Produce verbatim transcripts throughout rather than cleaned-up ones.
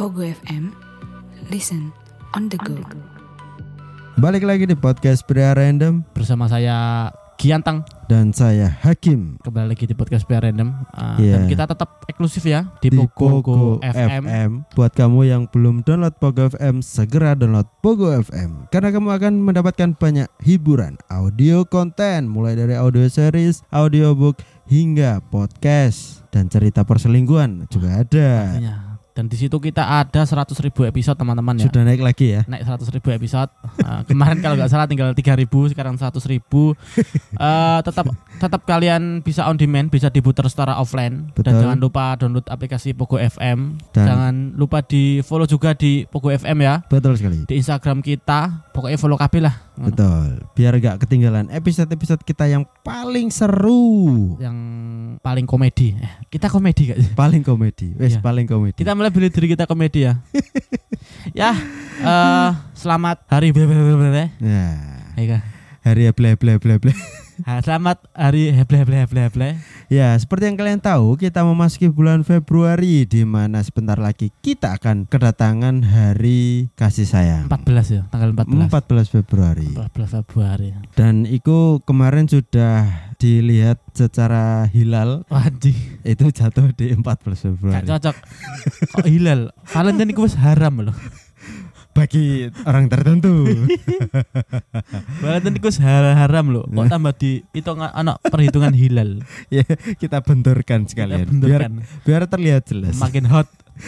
Pogo F M, listen on the go. Balik lagi di podcast Pria Random bersama saya Giantang dan saya Hakim. Kembali lagi di podcast Pria Random uh, yeah. Dan kita tetap eksklusif ya di, di Pogo, Pogo F M. F M. Buat kamu yang belum download Pogo F M, segera download Pogo F M karena kamu akan mendapatkan banyak hiburan, audio konten mulai dari audio series, audiobook hingga podcast dan cerita perselingkuhan juga ada. Artinya. Dan di situ kita ada seratus ribu episode teman-teman ya. Sudah naik lagi ya. Naik seratus ribu episode. Uh, kemarin kalau nggak salah tinggal tiga ribu, sekarang seratus ribu. Uh, tetap tetap kalian bisa on demand, bisa diputar secara offline. Betul. Dan jangan lupa download aplikasi Pogo F M. Dan jangan lupa di follow juga di Pogo F M ya. Betul sekali. Di Instagram kita, pokoknya follow K B lah. Betul. Biar gak ketinggalan episode-episode kita yang paling seru, yang paling komedi. Eh, kita komedi gak sih? Paling komedi. Wes iya. paling komedi. Kita mulai beli diri kita komedi ya. Ya, uh, selamat hari ble ble ble ble. Ya. Ayo. Hari ble ble ble ble. Selamat hari ble ble ble ble. Ya, seperti yang kalian tahu, kita memasuki bulan Februari di mana sebentar lagi kita akan kedatangan hari kasih sayang. empat belas ya, tanggal empat belas. empat belas Februari. empat belas Februari. Dan itu kemarin sudah dilihat secara hilal. Wajib. Itu jatuh di empat belas Februari. Gak cocok. Kok hilal? Valentine itu wis haram loh. Bagi orang tertentu. Valentine itu haram loh. Kok tambah di itu anak perhitungan hilal. Ya, kita benturkan sekalian. Kita benturkan. Biar biar terlihat jelas. Makin hot.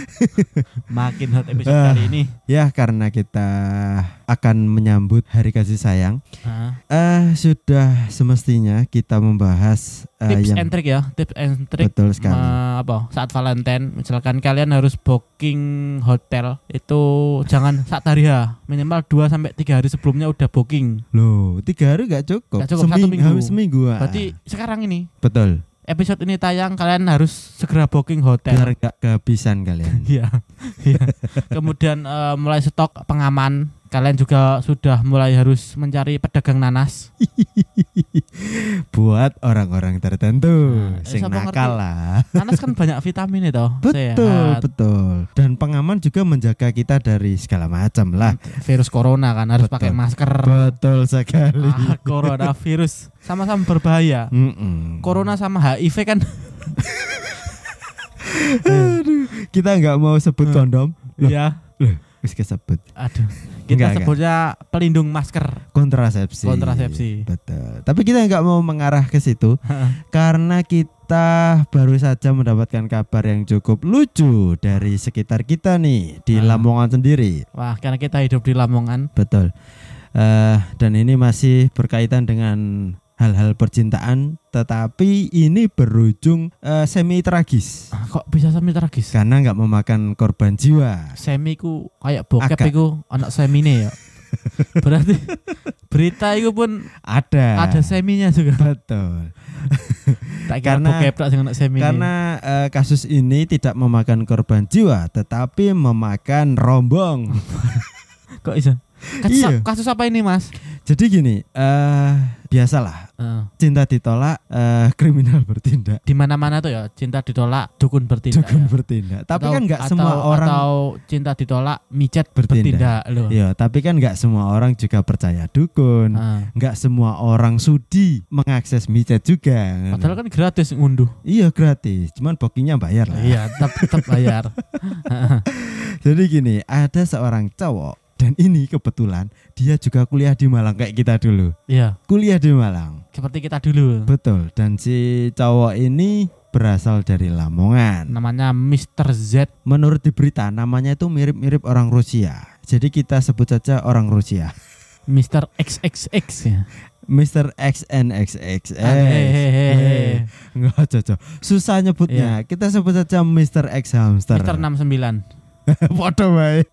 Makin hot episode uh, kali ini. Ya, karena kita akan menyambut hari kasih sayang. Uh. Uh, sudah semestinya kita membahas uh, tips yang and trick ya, tips and trick. Betul sekali. Uh, apa? Saat Valentine, misalkan kalian harus booking hotel itu jangan saat hari ya, minimal dua sampai tiga hari sebelumnya udah booking. Loh, tiga hari gak cukup. Gak cukup satu minggu. Habis seminggu. Berarti sekarang ini. Betul. Episode ini tayang, kalian harus segera booking hotel. Biar gak kehabisan kalian. Iya. Iya. Kemudian uh, mulai stok pengaman. Kalian juga sudah mulai harus mencari pedagang nanas. Buat orang-orang tertentu, nah, sing nakal lah. Nanas kan banyak vitamin itu. Betul, sehat. betul. Dan pengaman juga menjaga kita dari segala macam lah. Virus corona kan harus betul. Pakai masker. Betul sekali. Ah, coronavirus sama-sama berbahaya. Mm-mm. Corona sama H I V kan. Aduh, kita nggak mau sebut kondom. Iya. Wis kesebut. Aduh. Kita enggak, sebutnya enggak. Pelindung masker. Kontrasepsi. Kontrasepsi. Betul. Tapi kita nggak mau mengarah ke situ karena kita baru saja mendapatkan kabar yang cukup lucu dari sekitar kita nih di ah. Lamongan sendiri. Wah, karena kita hidup di Lamongan. Betul. Uh, dan ini masih berkaitan dengan hal-hal percintaan, tetapi ini berujung uh, semi tragis. Ah, kok bisa semi tragis? Karena nggak memakan korban jiwa. Semi ku kayak bokep Agak. iku anak semine ya. Berarti berita itu pun ada ada seminya juga. Betul. Tak karena bokep tak dengan anak semine. Karena uh, kasus ini tidak memakan korban jiwa, tetapi memakan rombong. Kok bisa? Kasus, iya. kasus apa ini, Mas? Jadi gini, uh, biasalah uh. cinta ditolak, uh, kriminal bertindak. Di mana-mana tuh ya, cinta ditolak, dukun bertindak. Dukun ya. bertindak. Tapi atau, kan nggak atau, semua orang. Atau cinta ditolak, micet bertindak, bertindak loh. Iya, tapi kan nggak semua orang juga percaya dukun. Uh. Nggak semua orang sudi mengakses micet juga. Padahal kan gratis ngunduh. Iya gratis, cuman bookingnya bayar lah. Iya, tetap tetap bayar. Jadi gini, ada seorang cowok. Dan ini kebetulan dia juga kuliah di Malang kayak kita dulu. Iya. Kuliah di Malang. Seperti kita dulu. Betul. Dan si cowok ini berasal dari Lamongan. Namanya mister Z. Menurut di berita namanya itu mirip-mirip orang Rusia. Jadi kita sebut saja orang Rusia. mister X X X ya. mister X N X X. Eh, enggak cocok. Susah nyebutnya. Iya. Kita sebut saja mister X Hamster. mister enam sembilan. Waduh bae.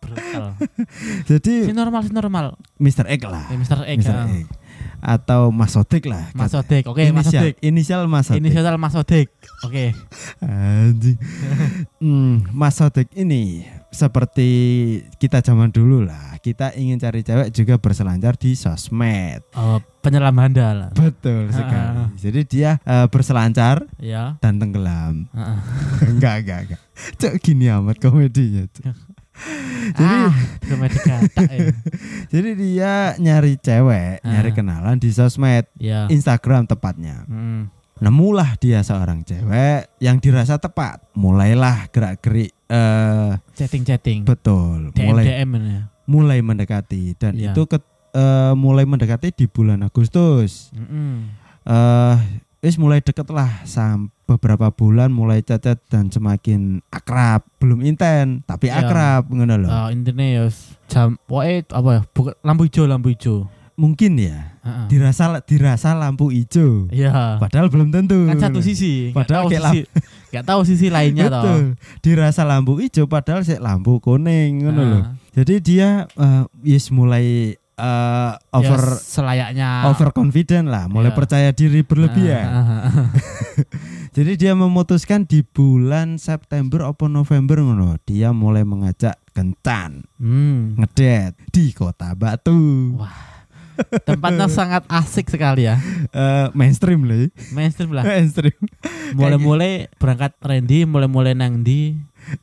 Jadi si normal si normal. mister X lah. Ya, mister X. mister X. Atau Mas Sodik lah. Mas Sodik. Oke, okay, Mas Sodik. Sodik. Inisial Mas Sodik. Inisial Mas Sodik. Oke. Okay. Anjing. hmm, Mas Sodik ini seperti kita zaman dulu lah. Kita ingin cari cewek juga berselancar di sosmed. Oh, penyelam handal. Betul sekali. Uh. Jadi dia uh, berselancar ya. Dan tenggelam. Uh. enggak, enggak, enggak. Cok gini amat komedinya. Jadi ah, komedi gatak ya. jadi dia nyari cewek, Ah. nyari kenalan di sosmed, Ya. Instagram tepatnya. Hmm. Nemulah dia seorang cewek yang dirasa tepat. Mulailah gerak-gerik eh Chatting-chatting. betul, D M mulai D M ya. mulai mendekati dan Iya. itu ke, eh, mulai mendekati di bulan Agustus. Mm-mm. Eh wis mulai deket lah sampai beberapa bulan mulai cacat dan semakin akrab, belum inten tapi Iya. akrab ngono loh. Ah, intinya ya jam pokoknya apa ya? Bukan lampu hijau, lampu hijau. Mungkin ya Heeh. dirasa dirasa lampu hijau. Iya. Padahal belum tentu. Kan satu sisi. Padahal Padahal kayak sisi. Gak tahu sisi lainnya toh. Betul. Dirasa lampu hijau padahal sik lampu kuning ngono loh. Ah. Jadi dia eh, yes mulai eh, over Ya, selayaknya over confident lah, mulai Iya. percaya diri berlebihan. Ah, ah, ah. Jadi dia memutuskan di bulan September atau November ngono, dia mulai mengajak kencan, Hmm. ngedet di Kota Batu. Wah. Tempatnya sangat asik sekali ya. Eh, mainstream loh. Mainstream lah. Mainstream. Mulai-mulai berangkat Randy, mulai-mulai nang di.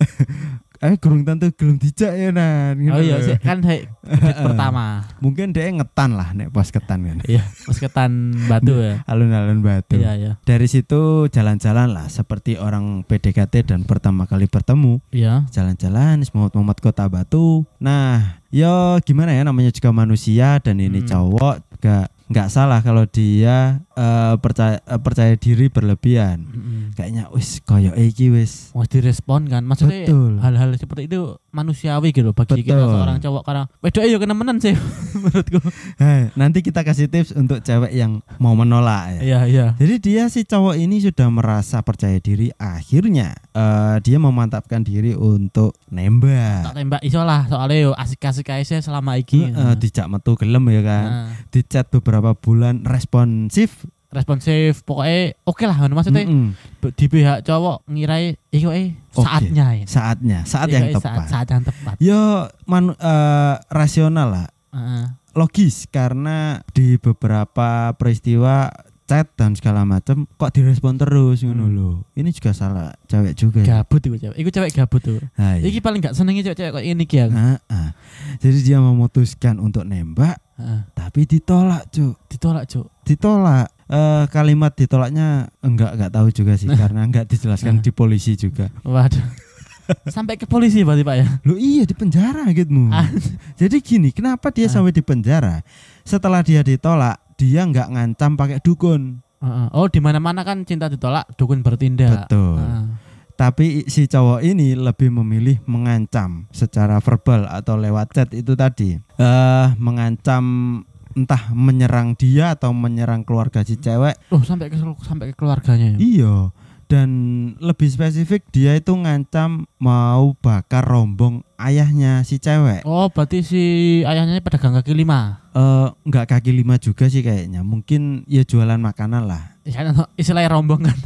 Eh kurang tentu gelem dijak ya nan. Oh iya, Gitu. sih, kan date pertama. Mungkin dia ngetan lah nek pas ketan kan. Iya, musketan batu ya. Alun-alun Batu. Iya, iya. Dari situ jalan-jalan lah seperti orang P D K T dan pertama kali bertemu. Iya. Jalan-jalan semuat-muat Kota Batu. Nah, yo gimana ya, namanya juga manusia dan ini Hmm. cowok gak nggak salah kalau dia eh, percaya eh, percaya diri berlebihan. Mm-mm. Kayaknya wis koyo iki wis. Mau direspon kan. Maksudnya Betul. hal-hal seperti itu manusiawi gitu bagi kita Betul. seorang cowok karena wedok ya kenemenan sih menurutku. Hei, nanti kita kasih tips untuk cewek yang mau menolak ya. Iya, iya. Jadi dia si cowok ini sudah merasa percaya diri, akhirnya eh, dia memantapkan diri untuk nembak. Tak tembak iso lah soalnya yo asik-asik aja sih selama iki. Eh, dijak metu gelem ya kan. Nah, Di chat beberapa bulan responsif. responsif pokoknya oke lah maksudnya Mm-mm. di pihak cowok ngirai iyo eh Oke. saatnya ya. Saatnya, saat Iya, yang eh, tepat. Saat, saat yang tepat. Yo manu, eh, rasional lah, Heeh. logis karena di beberapa peristiwa chat dan segala macam kok direspon terus ngono Hmm. lho. Ini juga salah cewek juga. Ya. Gabut itu cewek. Iku cewek gabut tuh. Nah, iya. Iki paling gak senengnya cewek-cewek kayak ini ki aku. Ah, ah. Jadi dia memutuskan untuk nembak, Heeh. tapi ditolak, Cuk. Ditolak, Cuk. Ditolak. Eh, kalimat ditolaknya enggak enggak tahu juga sih karena enggak dijelaskan Nah. di polisi juga. Waduh. Sampai ke polisi berarti Pak ya. Loh iya di penjara gitu. Ah. Jadi gini, kenapa dia Ah. sampai di penjara? Setelah dia ditolak, dia enggak ngancam pakai dukun. Heeh. Oh, di mana-mana kan cinta ditolak, dukun bertindak. Betul. Heeh. Tapi si cowok ini lebih memilih mengancam secara verbal atau lewat chat itu tadi. Eh mengancam entah menyerang dia atau menyerang keluarga si cewek. Loh, sampai ke sampai ke keluarganya ya. Iya. Dan lebih spesifik dia itu ngancam mau bakar rombong ayahnya si cewek. Oh, berarti si ayahnya pedagang kaki lima. Eh enggak kaki lima juga sih kayaknya. Mungkin ya jualan makanan lah. Ya, istilahnya rombong kan.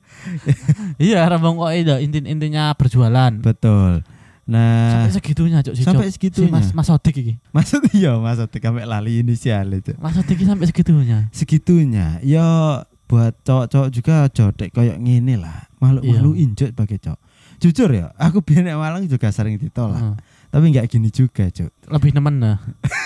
Iya, rombong kok itu inti intinya berjualan. Betul. Nah, Sampai segitunya, Cuk. si sampai Cuk. segitunya. Si Mas Mas Odik iki. maksud iya maksud sampai lali inisial itu. Mas Odik iki sampai segitunya. Segitunya. Ya buat cowok-cowok juga jodek kayak gini lah. Malu-malu Iya. injek sebagai cowok. Jujur ya, aku biar nek Malang juga sering ditolak. Heeh. Tapi enggak gini juga, Cuk. Lebih nemen nah.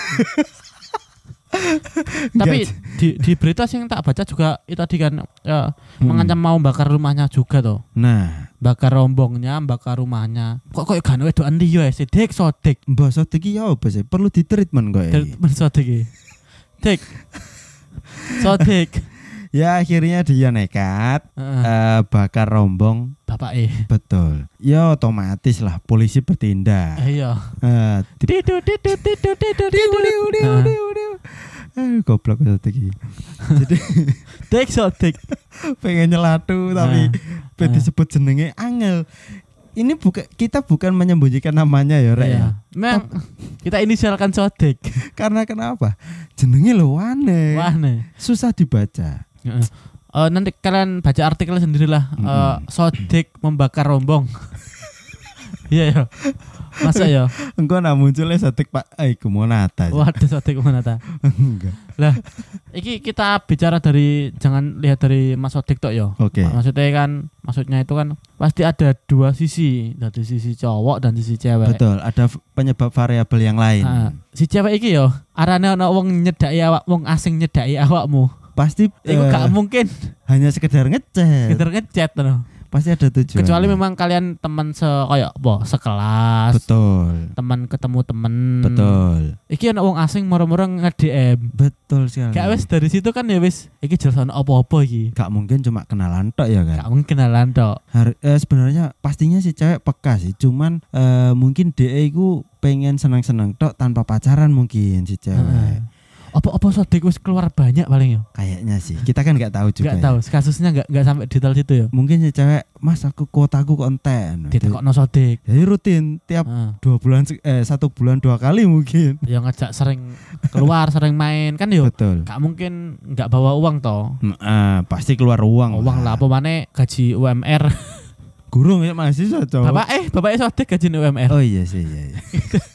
Tapi di, di berita sih yang tak baca juga itu tadi kan ya, Hmm. mengancam mau bakar rumahnya juga toh. Nah, Bakar rombongnya, bakar rumahnya. Kok kok gak wedokan liya sih Dik Sodik. Mbak Sodik iki ya apa sih? Perlu di treatment kok Dari ini. temen Sodik iki. Dik. Sodik. Ya akhirnya dia nekat Heeh. eh, bakar rombong. Bapak eh. Betul. Ya otomatis lah polisi bertindak. Eh, Iya. Eh, di- Tidu tidu tidu tidu tidu. Eh, goblok Sodik iki. Jadi Dik Sodik. pengen nyelatu tapi Nah. pe disebut jenenge angel. Ini bukan kita bukan menyembunyikan namanya ya, Rek. ya. Iya. Memang kita inisialkan Sodik. Karena kenapa? Jenenge lho aneh. Wah nih. Susah dibaca. Heeh. Eh, nanti kalian baca artikel sendirilah. Eh, Mm-mm. Sodik membakar rombong. Iya ya. Masa ya? Engko nak munculnya Sodik Pak Aiku Monata. Waduh, Sodik Monata. Enggak. Lah, iki kita bicara dari jangan lihat dari Mas Sodik tok ya. Oke. Maksudnya kan, maksudnya itu kan pasti ada dua sisi, dari sisi cowok dan sisi cewek. Betul, ada f- penyebab variabel yang lain. Nah, si cewek iki yo, arane ana wong nyedaki awak, wong asing nyedaki awakmu. Pasti Iku eh, gak mungkin hanya sekedar ngechat. kita ngechat no. Pasti ada tujuan. Kecuali memang kalian teman se kayak apa sekelas, betul. teman ketemu temen. Betul. Iki ana wong asing moro-moro nge-D M. Betul sekali. Gak wis dari situ kan ya wis iki jelas ana apa-apa iki. Gak mungkin cuma kenalan tok ya kan. Gak mungkin kenalan tok. Har- eh, sebenarnya pastinya si cewek peka sih, cuman eh, mungkin D E ku pengen senang-senang tok tanpa pacaran mungkin si cewek. Heeh. Apa-apa Sodik wis keluar banyak paling yo. Kayaknya sih. Kita kan nggak tahu juga. Gak ya. tahu, kasusnya gak gak sampai detail situ yo. Mungkin si cewek, "Mas, aku kuotaku konten." Ditekokno Sodik. Jadi rutin tiap Heeh. dua bulan se- eh satu bulan dua kali mungkin. Ya ngajak sering keluar, sering main kan yo. Betul. Gak mungkin gak bawa uang toh. Mm, eh, pasti keluar uang. Uang lah apa maneh gaji U M R. Gurung ya mahasiswa cowok. Bapak eh bapaknya Sodik gaji U M R. Oh iya sih iya. Iya.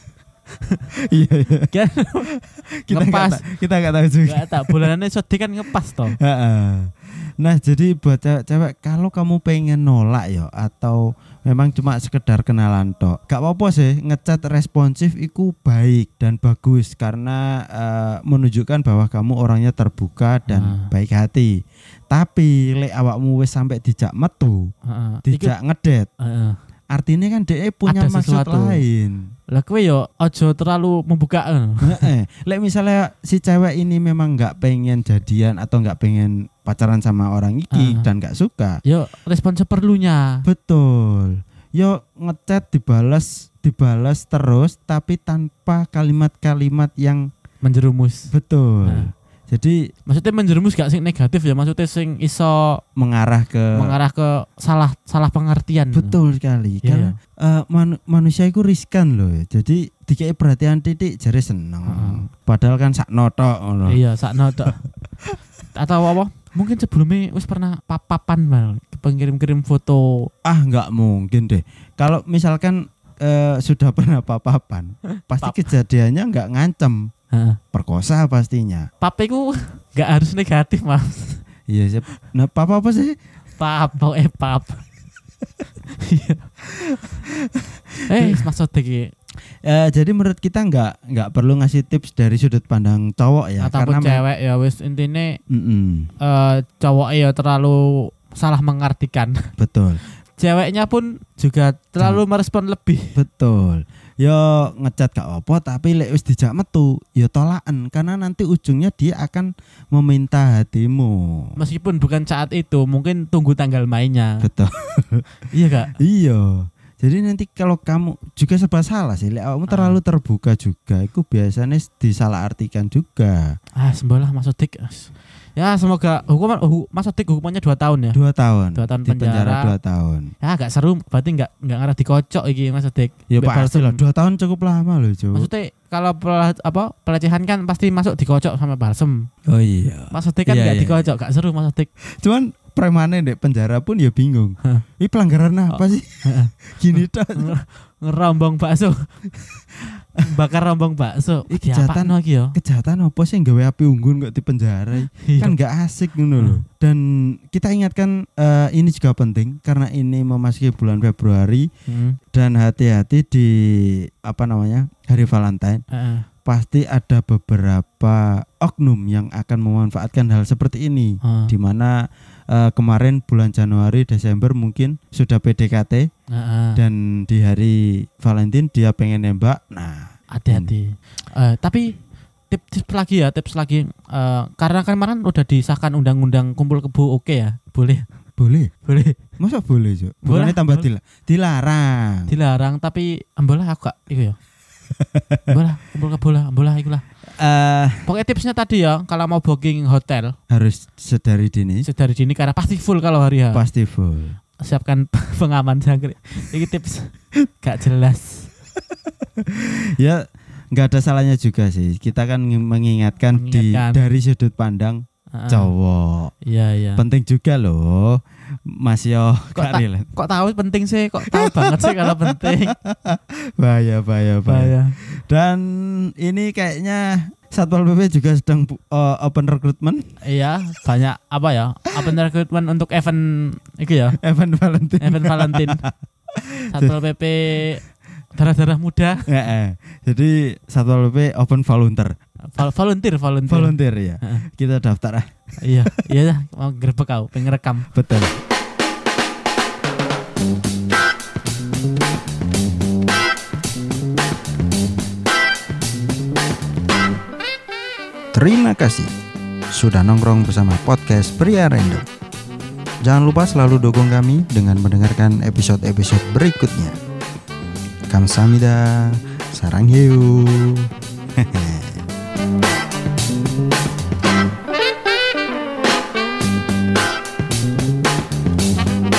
Iya, iya. Kan Kita nggak ngepas. ta- kita nggak tahu juga. Gak tak bulanannya Sodik kan ngepas toh. Heeh. Nah jadi buat cewek-cewek kalau kamu pengen nolak ya atau memang cuma sekedar kenalan tok, gak apa-apa sih ngechat responsif itu baik dan bagus karena eh, menunjukkan bahwa kamu orangnya terbuka dan Ah. baik hati. Tapi lek awakmu wis sampai dijak metu, Heeh. Iku- dijak ngedet, heeh. artinya kan dia punya Ada maksud sesuatu. lain. Lah kowe yo ojo terlalu membuka. eh. Heeh. Lek misalnya si cewek ini memang nggak pengen jadian atau nggak pengen pacaran sama orang iki Ah. dan nggak suka, Yo respon seperlunya. betul. Yo ngechat dibalas, dibalas terus tapi tanpa kalimat-kalimat yang Menjerumus. betul. Ah. Jadi Maksudnya menjerumus gak sing negatif ya, maksudnya sing iso mengarah ke mengarah ke salah salah pengertian. betul sekali. Iya. Karena eh, manu- manusia itu riskan loh. Jadi dikai perhatian titik jare seneng. Heeh. Padahal kan sak notok ngono. Iya, sakno tok. Atau apa? Mungkin sebelumnya wis pernah papapan mal, pengirim-kirim foto. Ah nggak mungkin deh. Kalau misalkan eh, sudah pernah papapan, pasti Pap. kejadiannya nggak ngancem, Heeh. perkosa pastinya. Pap iku gak harus negatif, Mas. Iya sih. Nah papa apa sih? Pap, eh pap. Iya. Eh, Mas Sodik iki. Eh, jadi menurut kita nggak nggak perlu ngasih tips dari sudut pandang cowok ya, ataupun karena cewek ya wis intine Mm-mm, eh cowok ya terlalu salah mengartikan. betul Ceweknya pun juga terlalu merespon lebih. betul. Yo ngecat gak apa tapi lek wis dijak metu, yo tolakan karena nanti ujungnya dia akan meminta hatimu. Meskipun bukan saat itu, mungkin tunggu tanggal mainnya. Betul. Iya gak? Iya. Jadi nanti kalau kamu juga serba salah sih, lek kamu terlalu terbuka juga, itu biasanya disalahartikan juga. Ah, sembolah Mas Sodik. Ya semoga hukuman hu, Mas Sodik hukumannya dua tahun ya. Dua tahun. Dua tahun di penjara. penjara. Dua tahun. Ya agak seru, berarti nggak nggak ngarah dikocok iki Mas Sodik. Ya Mbak pasti lah. Balsem. Dua tahun cukup lama loh, Cuk. Maksudnya kalau pel- apa pelecehan kan pasti masuk dikocok sama balsem. Oh iya. Mas Sodik kan Iya, nggak iya. dikocok, gak seru Mas Sodik. Cuman premane dek penjara pun ya bingung. Hah. Ini pelanggaran apa sih? Gini tok. Ngerombong bakso. Bakar rombong bakso. Ih, Iki kejahatan. apaan lagi ya? Kejahatan apa sih gawe api unggun kok di penjara? Kan nggak asik ngono loh. Dan kita ingatkan eh, ini juga penting karena ini memasuki bulan Februari Hmm. dan hati-hati di apa namanya hari Valentine. Heeh. Pasti ada beberapa oknum yang akan memanfaatkan hal seperti ini. Heeh. Di mana eh, kemarin bulan Januari Desember mungkin sudah P D K T Heeh. dan di hari Valentine dia pengen nembak. Nah, Hati-hati. Eh, tapi tips, tips lagi ya, tips lagi. Eh, karena kan kemarin udah disahkan undang-undang kumpul kebo, oke ya, boleh, boleh. boleh. Masa boleh, Cuk? Boleh, Bukannya tambah boleh. dila- dilarang. Dilarang, tapi ambolah aku gak, iku ya. Ambolah, kumpul kebo lah, ambolah iku lah. Eh Pokoknya tipsnya tadi ya, kalau mau booking hotel harus sedari dini dari dini karena pasti full kalau hari H. pasti full. Siapkan pengaman jangkrik. Ini tips gak jelas. Ya nggak ada salahnya juga sih. Kita kan ng- mengingatkan, di Mengingatkan. dari sudut pandang Heeh. cowok. Iya iya. Penting juga loh Mas yo Kok, gak ta- relate. kok tahu penting sih? Kok tahu banget sih kalau penting? Bahaya, bahaya, bahaya. Bahaya. Dan ini kayaknya Satpol P P juga sedang uh, open recruitment. Iya, banyak apa ya? Open recruitment untuk event itu ya. Event Valentine. Event Valentine. Satpol P P darah-darah muda. Ya, eh. Jadi Satpol P P open volunteer. Vol- volunteer, volunteer. Volunteer ya. Heeh. Kita daftar ah. Iya, iya mau grebek kau, pengen rekam. Betul. Terima kasih sudah nongkrong bersama podcast Pria Random. Jangan lupa selalu dukung kami dengan mendengarkan episode-episode berikutnya. Kamsahamnida, sarang hiu.